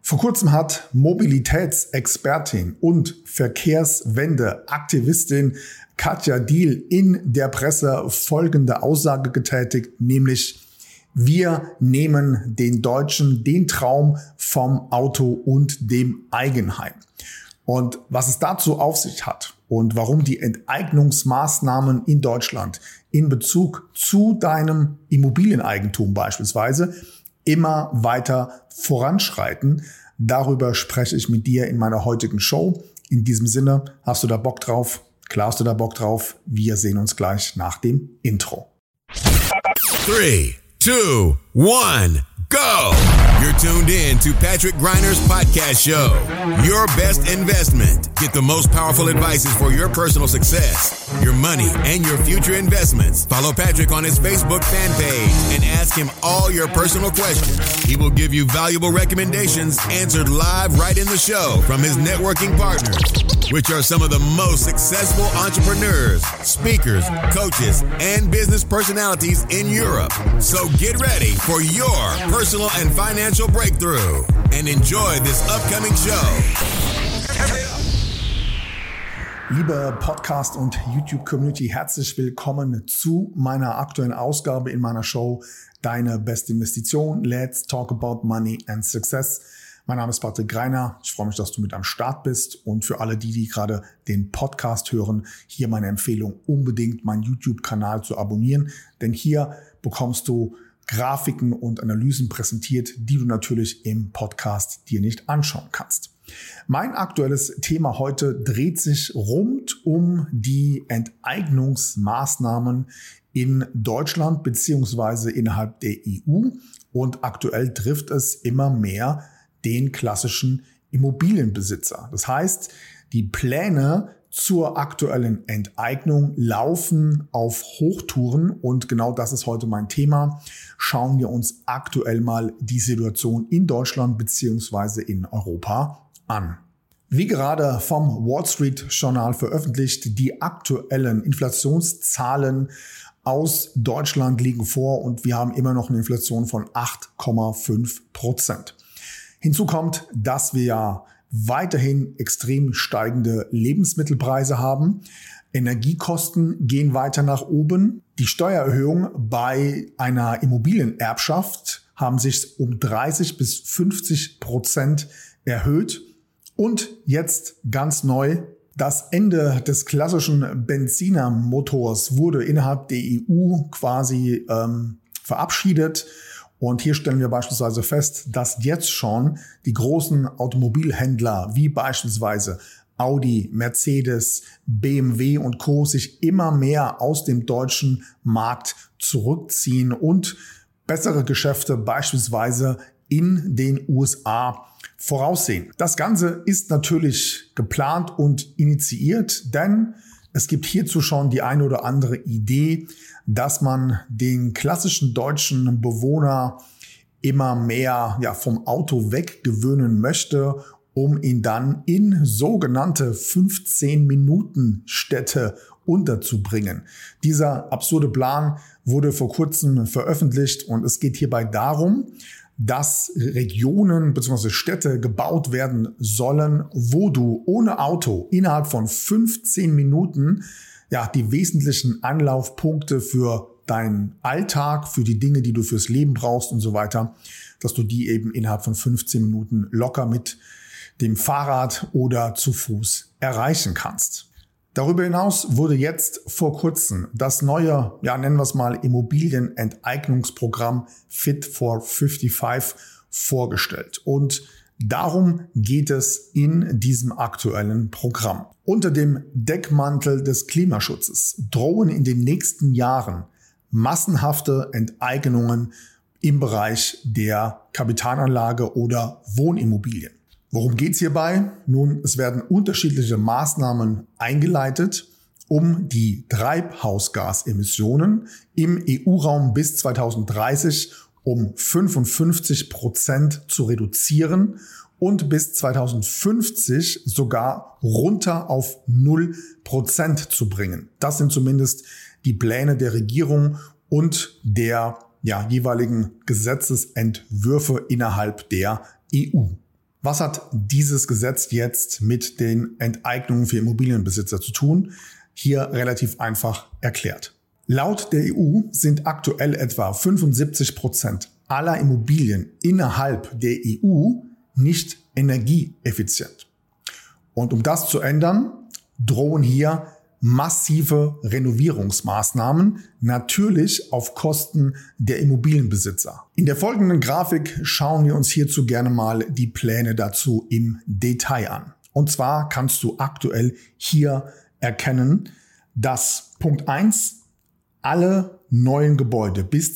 Vor kurzem hat Mobilitätsexpertin und Verkehrswende-Aktivistin Katja Diehl in der Presse folgende Aussage getätigt, nämlich: Wir nehmen den Deutschen den Traum vom Auto und dem Eigenheim. Und was es dazu auf sich hat und warum die Enteignungsmaßnahmen in Deutschland in Bezug zu deinem Immobilieneigentum beispielsweise immer weiter voranschreiten, darüber spreche ich mit dir in meiner heutigen Show. In diesem Sinne, hast du da Bock drauf? Klar hast du da Bock drauf. Wir sehen uns gleich nach dem Intro. 3, 2, 1, go! You're tuned in to Patrick Greiner's podcast show. Your best investment. Get the most powerful advices for your personal success, your money, and your future investments. Follow Patrick on his Facebook fan page and ask him all your personal questions. He will give you valuable recommendations answered live right in the show from his networking partners, which are some of the most successful entrepreneurs, speakers, coaches, and business personalities in Europe. So get ready for your personal and financial breakthrough and enjoy this upcoming show. Liebe Podcast- und YouTube-Community, herzlich willkommen zu meiner aktuellen Ausgabe in meiner Show Deine beste Investition. Let's talk about money and success. Mein Name ist Patrick Greiner. Ich freue mich, dass du mit am Start bist. Und für alle die gerade den Podcast hören, hier meine Empfehlung, unbedingt meinen YouTube-Kanal zu abonnieren. Denn hier bekommst du Grafiken und Analysen präsentiert, die du natürlich im Podcast dir nicht anschauen kannst. Mein aktuelles Thema heute dreht sich rund um die Enteignungsmaßnahmen in Deutschland bzw. innerhalb der EU. Und aktuell trifft es immer mehr den klassischen Immobilienbesitzer. Das heißt, die Pläne zur aktuellen Enteignung laufen auf Hochtouren und genau das ist heute mein Thema. Schauen wir uns aktuell mal die Situation in Deutschland bzw. in Europa an. Wie gerade vom Wall Street Journal veröffentlicht, die aktuellen Inflationszahlen aus Deutschland liegen vor und wir haben immer noch eine Inflation von 8,5%. Hinzu kommt, dass wir ja weiterhin extrem steigende Lebensmittelpreise haben. Energiekosten gehen weiter nach oben. Die Steuererhöhung bei einer Immobilienerbschaft haben sich um 30-50% erhöht. Und jetzt ganz neu: Das Ende des klassischen Benzinermotors wurde innerhalb der EU quasi verabschiedet. Und hier stellen wir beispielsweise fest, dass jetzt schon die großen Automobilhändler wie beispielsweise Audi, Mercedes, BMW und Co. sich immer mehr aus dem deutschen Markt zurückziehen und bessere Geschäfte beispielsweise in den USA voraussehen. Das Ganze ist natürlich geplant und initiiert, denn es gibt hierzu schon die eine oder andere Idee, dass man den klassischen deutschen Bewohner immer mehr vom Auto weggewöhnen möchte, um ihn dann in sogenannte 15-Minuten-Städte unterzubringen. Dieser absurde Plan wurde vor kurzem veröffentlicht und es geht hierbei darum, dass Regionen bzw. Städte gebaut werden sollen, wo du ohne Auto innerhalb von 15 Minuten die wesentlichen Anlaufpunkte für deinen Alltag, für die Dinge, die du fürs Leben brauchst und so weiter, dass du die eben innerhalb von 15 Minuten locker mit dem Fahrrad oder zu Fuß erreichen kannst. Darüber hinaus wurde jetzt vor kurzem das neue, nennen wir es mal, Immobilienenteignungsprogramm Fit for 55 vorgestellt. Und darum geht es in diesem aktuellen Programm. Unter dem Deckmantel des Klimaschutzes drohen in den nächsten Jahren massenhafte Enteignungen im Bereich der Kapitalanlage oder Wohnimmobilien. Worum geht es hierbei? Nun, es werden unterschiedliche Maßnahmen eingeleitet, um die Treibhausgasemissionen im EU-Raum bis 2030 um 55% zu reduzieren und bis 2050 sogar runter auf 0% zu bringen. Das sind zumindest die Pläne der Regierung und der jeweiligen Gesetzesentwürfe innerhalb der EU. Was hat dieses Gesetz jetzt mit den Enteignungen für Immobilienbesitzer zu tun? Hier relativ einfach erklärt. Laut der EU sind aktuell etwa 75% aller Immobilien innerhalb der EU nicht energieeffizient. Und um das zu ändern, drohen hier massive Renovierungsmaßnahmen, natürlich auf Kosten der Immobilienbesitzer. In der folgenden Grafik schauen wir uns hierzu gerne mal die Pläne dazu im Detail an. Und zwar kannst du aktuell hier erkennen, dass Punkt 1 alle neuen Gebäude bis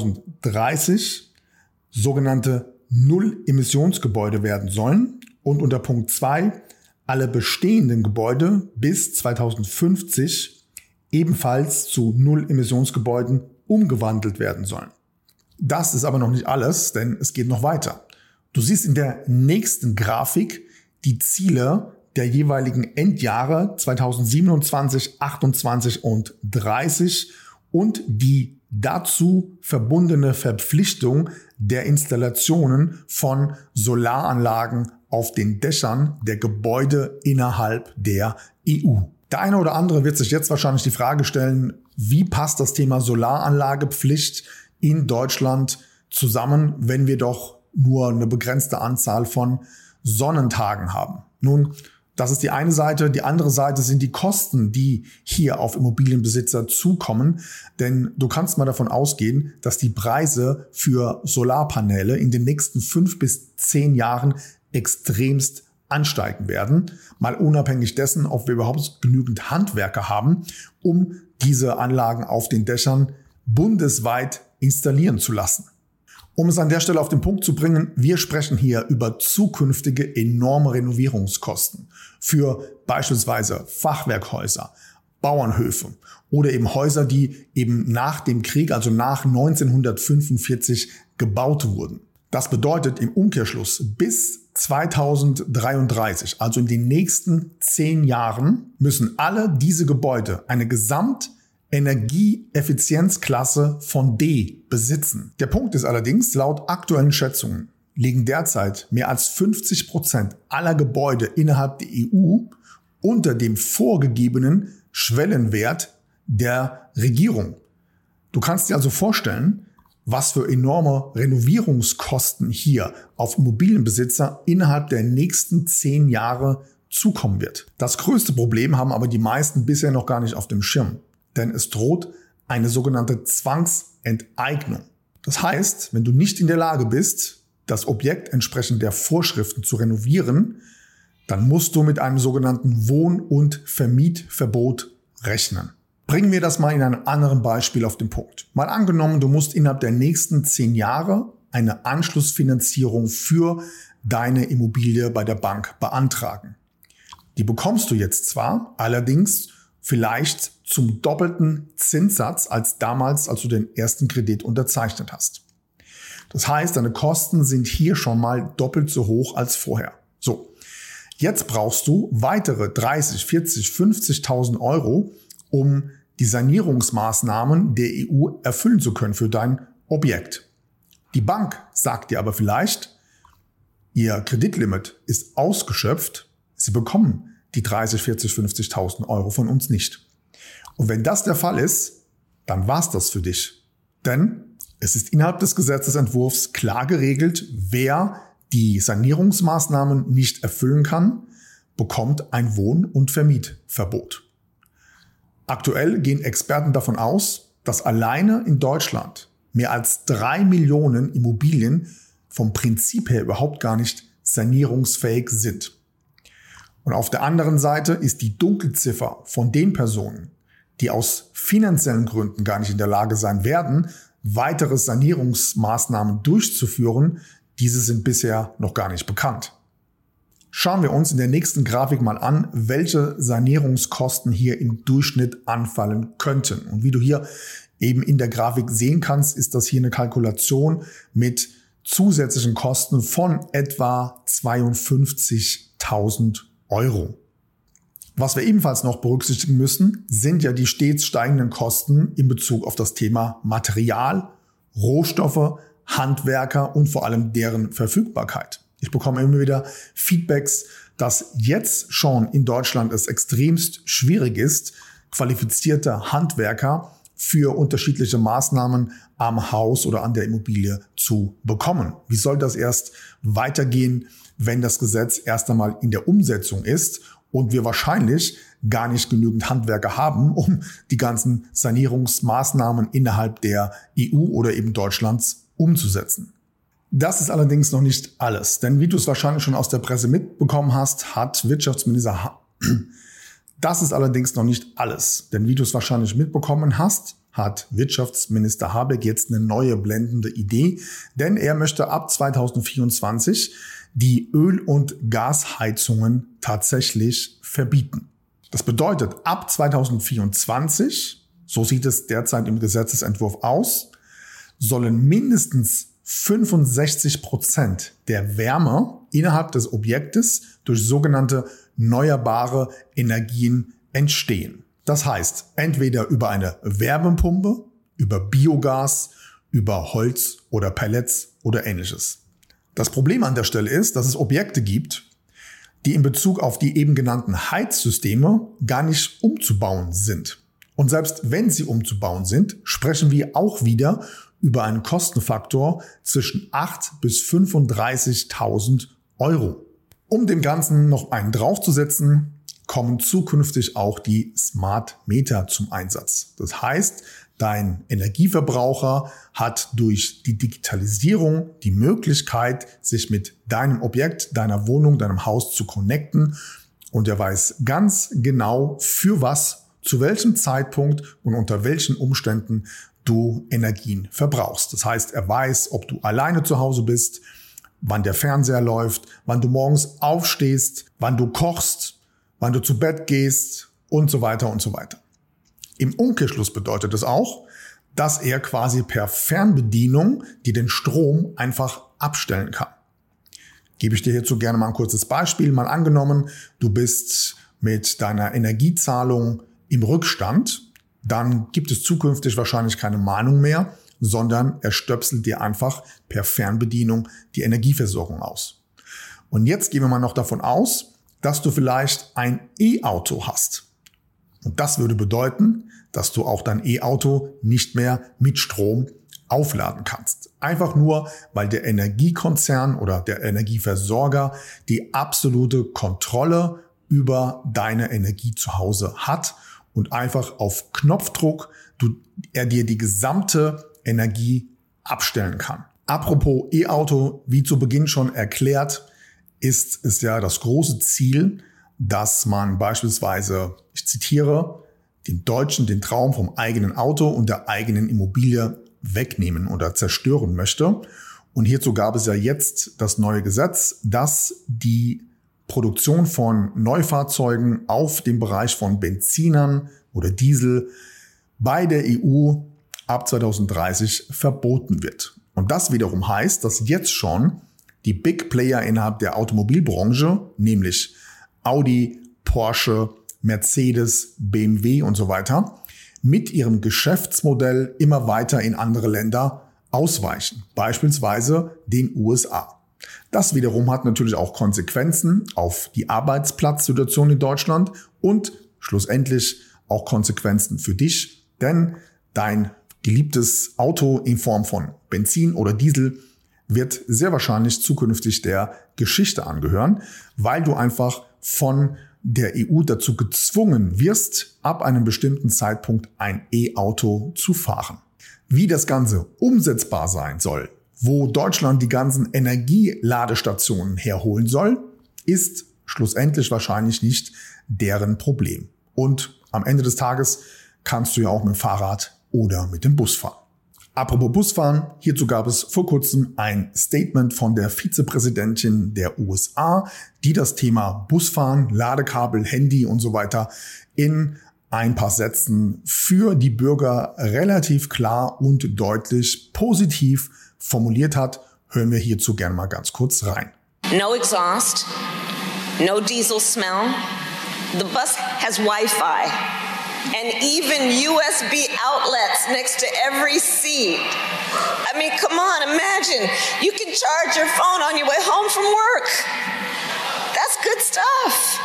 2030 sogenannte Null-Emissionsgebäude werden sollen und unter Punkt 2 alle bestehenden Gebäude bis 2050 ebenfalls zu Null-Emissionsgebäuden umgewandelt werden sollen. Das ist aber noch nicht alles, denn es geht noch weiter. Du siehst in der nächsten Grafik die Ziele der jeweiligen Endjahre 2027, 28 und 30 und die dazu verbundene Verpflichtung der Installationen von Solaranlagen auf den Dächern der Gebäude innerhalb der EU. Der eine oder andere wird sich jetzt wahrscheinlich die Frage stellen, wie passt das Thema Solaranlagepflicht in Deutschland zusammen, wenn wir doch nur eine begrenzte Anzahl von Sonnentagen haben? Nun, das ist die eine Seite. Die andere Seite sind die Kosten, die hier auf Immobilienbesitzer zukommen. Denn du kannst mal davon ausgehen, dass die Preise für Solarpaneele in den nächsten 5 bis 10 Jahren extremst ansteigen werden. Mal unabhängig dessen, ob wir überhaupt genügend Handwerker haben, um diese Anlagen auf den Dächern bundesweit installieren zu lassen. Um es an der Stelle auf den Punkt zu bringen, wir sprechen hier über zukünftige enorme Renovierungskosten für beispielsweise Fachwerkhäuser, Bauernhöfe oder eben Häuser, die eben nach dem Krieg, also nach 1945 gebaut wurden. Das bedeutet im Umkehrschluss, bis 2033, also in den nächsten 10 Jahren, müssen alle diese Gebäude eine Gesamtenergieeffizienzklasse von D besitzen. Der Punkt ist allerdings, laut aktuellen Schätzungen liegen derzeit mehr als 50% aller Gebäude innerhalb der EU unter dem vorgegebenen Schwellenwert der Regierung. Du kannst dir also vorstellen, was für enorme Renovierungskosten hier auf Immobilienbesitzer innerhalb der nächsten 10 Jahre zukommen wird. Das größte Problem haben aber die meisten bisher noch gar nicht auf dem Schirm, denn es droht eine sogenannte Zwangsenteignung. Das heißt, wenn du nicht in der Lage bist, das Objekt entsprechend der Vorschriften zu renovieren, dann musst du mit einem sogenannten Wohn- und Vermietverbot rechnen. Bringen wir das mal in einem anderen Beispiel auf den Punkt. Mal angenommen, du musst innerhalb der nächsten 10 Jahre eine Anschlussfinanzierung für deine Immobilie bei der Bank beantragen. Die bekommst du jetzt zwar, allerdings vielleicht zum doppelten Zinssatz als damals, als du den ersten Kredit unterzeichnet hast. Das heißt, deine Kosten sind hier schon mal doppelt so hoch als vorher. So, jetzt brauchst du weitere 30, 40, 50.000 Euro, um die Sanierungsmaßnahmen der EU erfüllen zu können für dein Objekt. Die Bank sagt dir aber vielleicht, ihr Kreditlimit ist ausgeschöpft, sie bekommen die 30, 40, 50.000 Euro von uns nicht. Und wenn das der Fall ist, dann war's das für dich. Denn es ist innerhalb des Gesetzesentwurfs klar geregelt, wer die Sanierungsmaßnahmen nicht erfüllen kann, bekommt ein Wohn- und Vermietverbot. Aktuell gehen Experten davon aus, dass alleine in Deutschland mehr als 3 Millionen Immobilien vom Prinzip her überhaupt gar nicht sanierungsfähig sind. Und auf der anderen Seite ist die Dunkelziffer von den Personen, die aus finanziellen Gründen gar nicht in der Lage sein werden, weitere Sanierungsmaßnahmen durchzuführen, diese sind bisher noch gar nicht bekannt. Schauen wir uns in der nächsten Grafik mal an, welche Sanierungskosten hier im Durchschnitt anfallen könnten. Und wie du hier eben in der Grafik sehen kannst, ist das hier eine Kalkulation mit zusätzlichen Kosten von etwa 52.000 Euro. Was wir ebenfalls noch berücksichtigen müssen, sind ja die stets steigenden Kosten in Bezug auf das Thema Material, Rohstoffe, Handwerker und vor allem deren Verfügbarkeit. Ich bekomme immer wieder Feedbacks, dass jetzt schon in Deutschland es extremst schwierig ist, qualifizierte Handwerker für unterschiedliche Maßnahmen am Haus oder an der Immobilie zu bekommen. Wie soll das erst weitergehen, wenn das Gesetz erst einmal in der Umsetzung ist und wir wahrscheinlich gar nicht genügend Handwerker haben, um die ganzen Sanierungsmaßnahmen innerhalb der EU oder eben Deutschlands umzusetzen? Das ist allerdings noch nicht alles, denn wie du es wahrscheinlich schon aus der Presse mitbekommen hast, hat Wirtschaftsminister Das ist allerdings noch nicht alles, denn wie du es wahrscheinlich mitbekommen hast, hat Wirtschaftsminister Habeck jetzt eine neue blendende Idee, denn er möchte ab 2024 die Öl- und Gasheizungen tatsächlich verbieten. Das bedeutet, ab 2024, so sieht es derzeit im Gesetzesentwurf aus, sollen mindestens 65% der Wärme innerhalb des Objektes durch sogenannte erneuerbare Energien entstehen. Das heißt, entweder über eine Wärmepumpe, über Biogas, über Holz oder Pellets oder ähnliches. Das Problem an der Stelle ist, dass es Objekte gibt, die in Bezug auf die eben genannten Heizsysteme gar nicht umzubauen sind. Und selbst wenn sie umzubauen sind, sprechen wir auch wieder über einen Kostenfaktor zwischen 8.000 bis 35.000 Euro. Um dem Ganzen noch einen draufzusetzen, kommen zukünftig auch die Smart Meter zum Einsatz. Das heißt, dein Energieverbraucher hat durch die Digitalisierung die Möglichkeit, sich mit deinem Objekt, deiner Wohnung, deinem Haus zu connecten und er weiß ganz genau, für was, zu welchem Zeitpunkt und unter welchen Umständen du Energien verbrauchst. Das heißt, er weiß, ob du alleine zu Hause bist, wann der Fernseher läuft, wann du morgens aufstehst, wann du kochst, wann du zu Bett gehst und so weiter und so weiter. Im Umkehrschluss bedeutet es auch, dass er quasi per Fernbedienung dir den Strom einfach abstellen kann. Gebe ich dir hierzu gerne mal ein kurzes Beispiel. Mal angenommen, du bist mit deiner Energiezahlung im Rückstand, dann gibt es zukünftig wahrscheinlich keine Mahnung mehr, sondern er stöpselt dir einfach per Fernbedienung die Energieversorgung aus. Und jetzt gehen wir mal noch davon aus, dass du vielleicht ein E-Auto hast. Und das würde bedeuten, dass du auch dein E-Auto nicht mehr mit Strom aufladen kannst. Einfach nur, weil der Energiekonzern oder der Energieversorger die absolute Kontrolle über deine Energie zu Hause hat und einfach auf Knopfdruck er dir die gesamte Energie abstellen kann. Apropos E-Auto, wie zu Beginn schon erklärt, ist es ja das große Ziel, dass man beispielsweise, ich zitiere, den Deutschen den Traum vom eigenen Auto und der eigenen Immobilie wegnehmen oder zerstören möchte. Und hierzu gab es ja jetzt das neue Gesetz, das die Produktion von Neufahrzeugen auf dem Bereich von Benzinern oder Diesel bei der EU ab 2030 verboten wird. Und das wiederum heißt, dass jetzt schon die Big Player innerhalb der Automobilbranche, nämlich Audi, Porsche, Mercedes, BMW und so weiter, mit ihrem Geschäftsmodell immer weiter in andere Länder ausweichen, beispielsweise den USA. Das wiederum hat natürlich auch Konsequenzen auf die Arbeitsplatzsituation in Deutschland und schlussendlich auch Konsequenzen für dich, denn dein geliebtes Auto in Form von Benzin oder Diesel wird sehr wahrscheinlich zukünftig der Geschichte angehören, weil du einfach von der EU dazu gezwungen wirst, ab einem bestimmten Zeitpunkt ein E-Auto zu fahren. Wie das Ganze umsetzbar sein soll, wo Deutschland die ganzen Energieladestationen herholen soll, ist schlussendlich wahrscheinlich nicht deren Problem. Und am Ende des Tages kannst du ja auch mit dem Fahrrad oder mit dem Bus fahren. Apropos Busfahren, hierzu gab es vor kurzem ein Statement von der Vizepräsidentin der USA, die das Thema Busfahren, Ladekabel, Handy und so weiter in ein paar Sätzen für die Bürger relativ klar und deutlich positiv formuliert hat. Hören wir hierzu gerne mal ganz kurz rein. No exhaust, no diesel smell. The bus has Wi-Fi. and even USB outlets next to every seat. I mean, come on, imagine. You can charge your phone on your way home from work. That's good stuff.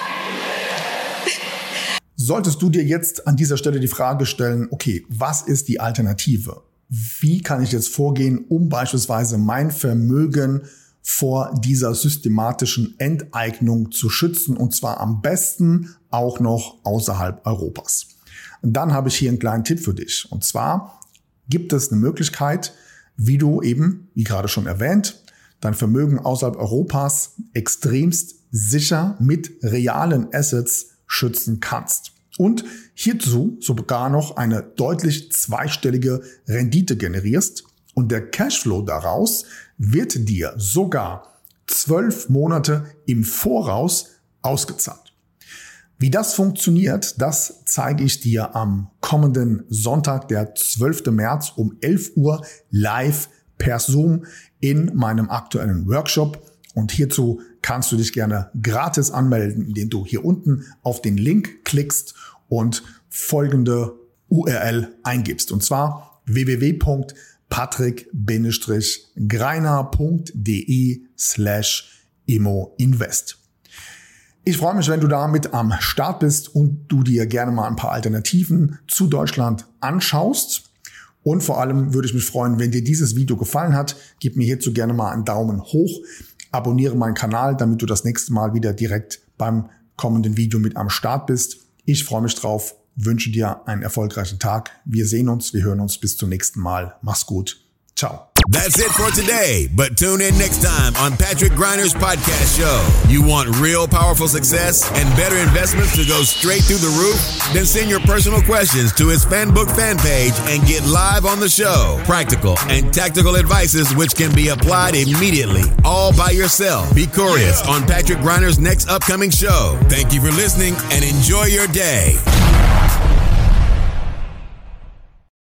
Solltest du dir jetzt an dieser Stelle die Frage stellen, okay, was ist die Alternative? Wie kann ich jetzt vorgehen, um beispielsweise mein Vermögen vor dieser systematischen Enteignung zu schützen, und zwar am besten auch noch außerhalb Europas? Und dann habe ich hier einen kleinen Tipp für dich. Und zwar gibt es eine Möglichkeit, wie du eben, wie gerade schon erwähnt, dein Vermögen außerhalb Europas extremst sicher mit realen Assets schützen kannst. Und hierzu sogar noch eine deutlich zweistellige Rendite generierst. Und der Cashflow daraus wird dir sogar 12 Monate im Voraus ausgezahlt. Wie das funktioniert, das zeige ich dir am kommenden Sonntag, der 12. März um 11 Uhr live per Zoom in meinem aktuellen Workshop. Und hierzu kannst du dich gerne gratis anmelden, indem du hier unten auf den Link klickst und folgende URL eingibst. Und zwar www.patrickgreiner.de/immoinvest. Ich freue mich, wenn du damit am Start bist und du dir gerne mal ein paar Alternativen zu Deutschland anschaust. Und vor allem würde ich mich freuen, wenn dir dieses Video gefallen hat. Gib mir hierzu gerne mal einen Daumen hoch. Abonniere meinen Kanal, damit du das nächste Mal wieder direkt beim kommenden Video mit am Start bist. Ich freue mich drauf, wünsche dir einen erfolgreichen Tag. Wir sehen uns, wir hören uns bis zum nächsten Mal. Mach's gut. Ciao. That's it for today, but tune in next time on Patrick Griner's podcast show. You want real powerful success and better investments to go straight through the roof? Then send your personal questions to his FanBook fan page and get live on the show. Practical and tactical advices which can be applied immediately, all by yourself. Be curious on Patrick Griner's next upcoming show. Thank you for listening and enjoy your day.